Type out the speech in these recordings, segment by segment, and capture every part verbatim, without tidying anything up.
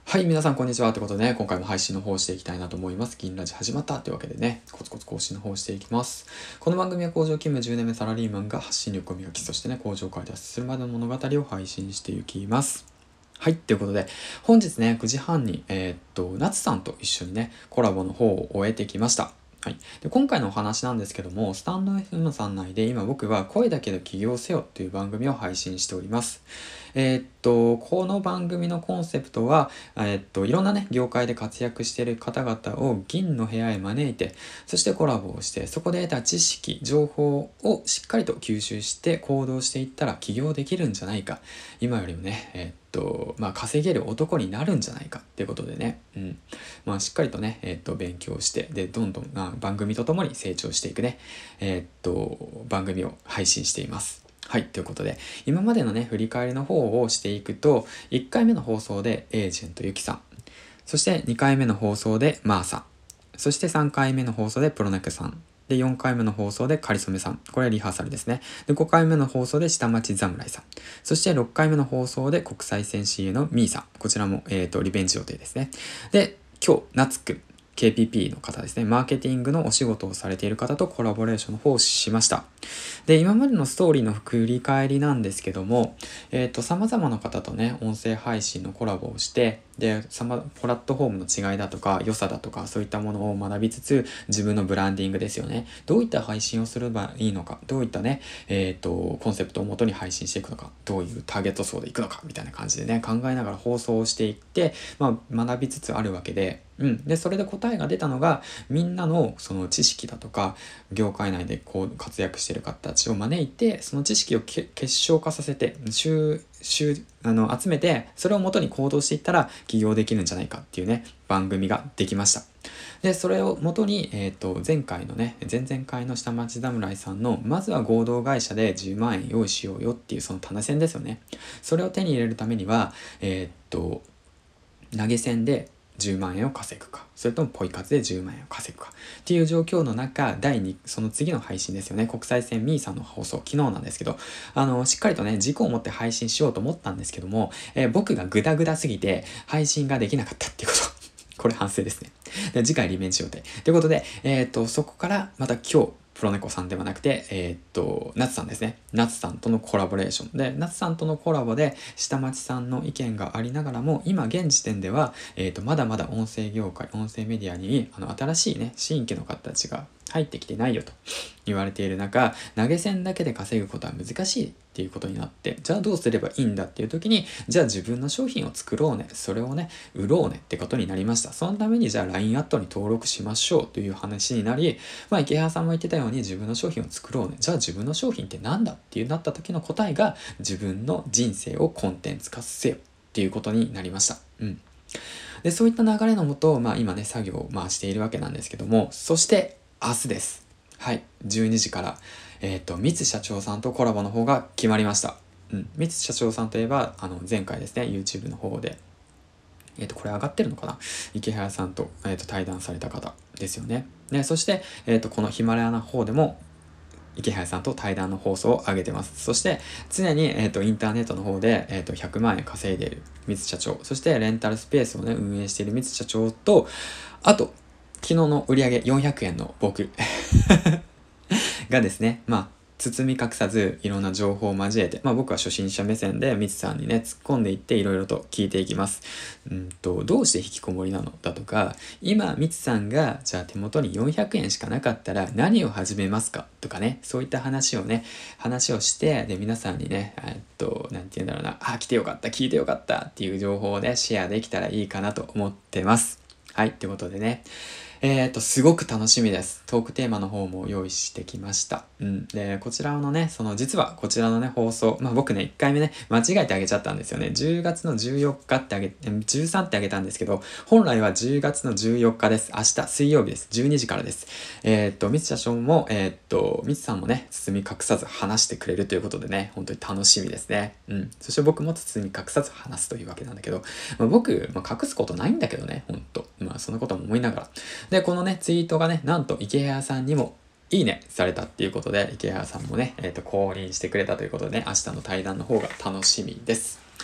はい、皆さんこんにちは。ということでね、今回も配信の方をしていきたいなと思います。銀ラジ始まったというわけでね、コツコツ更新の方をしていきます。この番組は工場勤務じゅうねんめサラリーマンが発信力を磨き、そしてね、工場から脱出するまでの物語を配信していきます。はい、ということで、本日ね、くじはんに、えー、っと、夏さんと一緒にね、コラボの方を終えてきました。はい、で今回のお話なんですけども、スタンド エフエム さん内で今僕は声だけで起業せよという番組を配信しております。えーっと、この番組のコンセプトは、えーっと、いろんなね、業界で活躍している方々を銀の部屋へ招いて、そしてコラボをして、そこで得た知識、情報をしっかりと吸収して行動していったら起業できるんじゃないか。今よりもね、えーっと、まあ、稼げる男になるんじゃないかっていうことでね、うん。まあ、しっかりとね、えーっと、勉強して、で、どんどん、まあ、番組とともに成長していくね、えーっと、番組を配信しています。はい。ということで、今までのね、振り返りの方をしていくと、いっかいめの放送でエージェントゆきさん、そしてにかいめの放送でマーさん、そしてさんかいめの放送でプロネクさん、で、よんかいめの放送でかりそめさん。これはリハーサルですね。で、ごかいめの放送で下町侍さん。そしてろっかいめの放送で国際線 シーエー のミーさん。こちらも、えっと、リベンジ予定ですね。で、今日、夏くん。ケーピーピー の方ですね。マーケティングのお仕事をされている方とコラボレーションの方をしました。で、今までのストーリーの振り返りなんですけども、えっと、様々な方とね、音声配信のコラボをして、で、さま、プラットフォームの違いだとか、良さだとか、そういったものを学びつつ、自分のブランディングですよね。どういった配信をすればいいのか、どういったね、えっと、コンセプトをもとに配信していくのか、どういうターゲット層でいくのか、みたいな感じでね、考えながら放送をしていって、まあ、学びつつあるわけで、うん。で、それで答えが出たのが、みんなのその知識だとか、業界内でこう活躍している方たちを招いて、その知識を結晶化させて、集、集、あの、集めて、それをもとに行動していったら起業できるんじゃないかっていうね、番組ができました。で、それをもとに、えっと、前回のね、前々回の下町侍さんの、まずは合同会社でじゅうまんえん用意しようよっていうその種銭ですよね。それを手に入れるためには、えっと、投げ銭でじゅうまんえんを稼ぐか、それともポイ活でじゅうまんえんを稼ぐかっていう状況の中、だいに、その次の配信ですよね。国際線ミーさんの放送、昨日なんですけど、あの、しっかりとね、軸を持って配信しようと思ったんですけども、えー、僕がグダグダすぎて配信ができなかったっていうこと。これ反省ですね。で次回リベンジ予定。ということで、えっと、そこからまた今日、プロネコさんではなくて、えー、っと、ナツさんですね。ナツさんとのコラボレーション。で、ナツさんとのコラボで、下町さんの意見がありながらも、今現時点では、えー、っと、まだまだ音声業界、音声メディアに、あの、新しいね、新規の方たちが入ってきてないよと言われている中、投げ銭だけで稼ぐことは難しいっていうことになって、じゃあどうすればいいんだっていう時に、じゃあ自分の商品を作ろうね、それをね、売ろうねってことになりました。そのためにじゃあ ライン アットに登録しましょうという話になり、まあ池原さんも言ってたように自分の商品を作ろうね。じゃあ自分の商品ってなんだっていうなった時の答えが、自分の人生をコンテンツ化せよっていうことになりました。うん。で、そういった流れのもと、まあ今ね、作業をまあしているわけなんですけども、そして明日です。はい。じゅうにじから、えっと、三津社長さんとコラボの方が決まりました。うん。三津社長さんといえば、あの、前回ですね、YouTube の方で、えっと、これ上がってるのかな、池原さんと、えっと、対談された方ですよね。ね、そして、えっと、このヒマラヤの方でも、池原さんと対談の放送を上げてます。そして、常に、えっと、インターネットの方で、えっと、ひゃくまんえん稼いでいる三津社長、そしてレンタルスペースをね、運営している三津社長と、あと、昨日の売上よんひゃくえんの僕がですね、まあ、包み隠さずいろんな情報を交えて、まあ僕は初心者目線でミツさんにね、突っ込んでいっていろいろと聞いていきます。うんと、どうして引きこもりなのだとか、今ミツさんがじゃあ手元によんひゃくえんしかなかったら何を始めますかとかね、そういった話をね、話をして、で、皆さんにね、えっと、なんて言うんだろうな、あ、来てよかった、聞いてよかったっていう情報をね、シェアできたらいいかなと思ってます。はい、ってことでね。えっと、すごく楽しみです。トークテーマの方も用意してきました。うん。で、こちらのね、その、実はこちらのね、放送、まあ僕ね、いっかいめね、間違えてあげちゃったんですよね。じゅうがつのじゅうよっかってあげ、じゅうさんってあげたんですけど、本来はじゅうがつのじゅうよっかです。明日、水曜日です。じゅうにじからです。えっと、みつ社長も、えっと、みつさんもね、包み隠さず話してくれるということでね、本当に楽しみですね。うん。そして僕も包み隠さず話すというわけなんだけど、まあ、僕、まあ、隠すことないんだけどね、ほんと。まあ、そんなことも思いながら。で、このね、ツイートがね、なんと池谷さんにもいいねされたっていうことで、池谷さんもね、えっと、降臨してくれたということでね、明日の対談の方が楽しみです。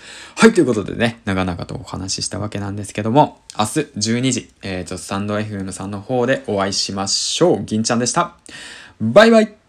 はい、ということでね、長々とお話ししたわけなんですけども、明日じゅうにじ、えーと、スタンド エフエム さんの方でお会いしましょう。銀ちゃんでした。バイバイ。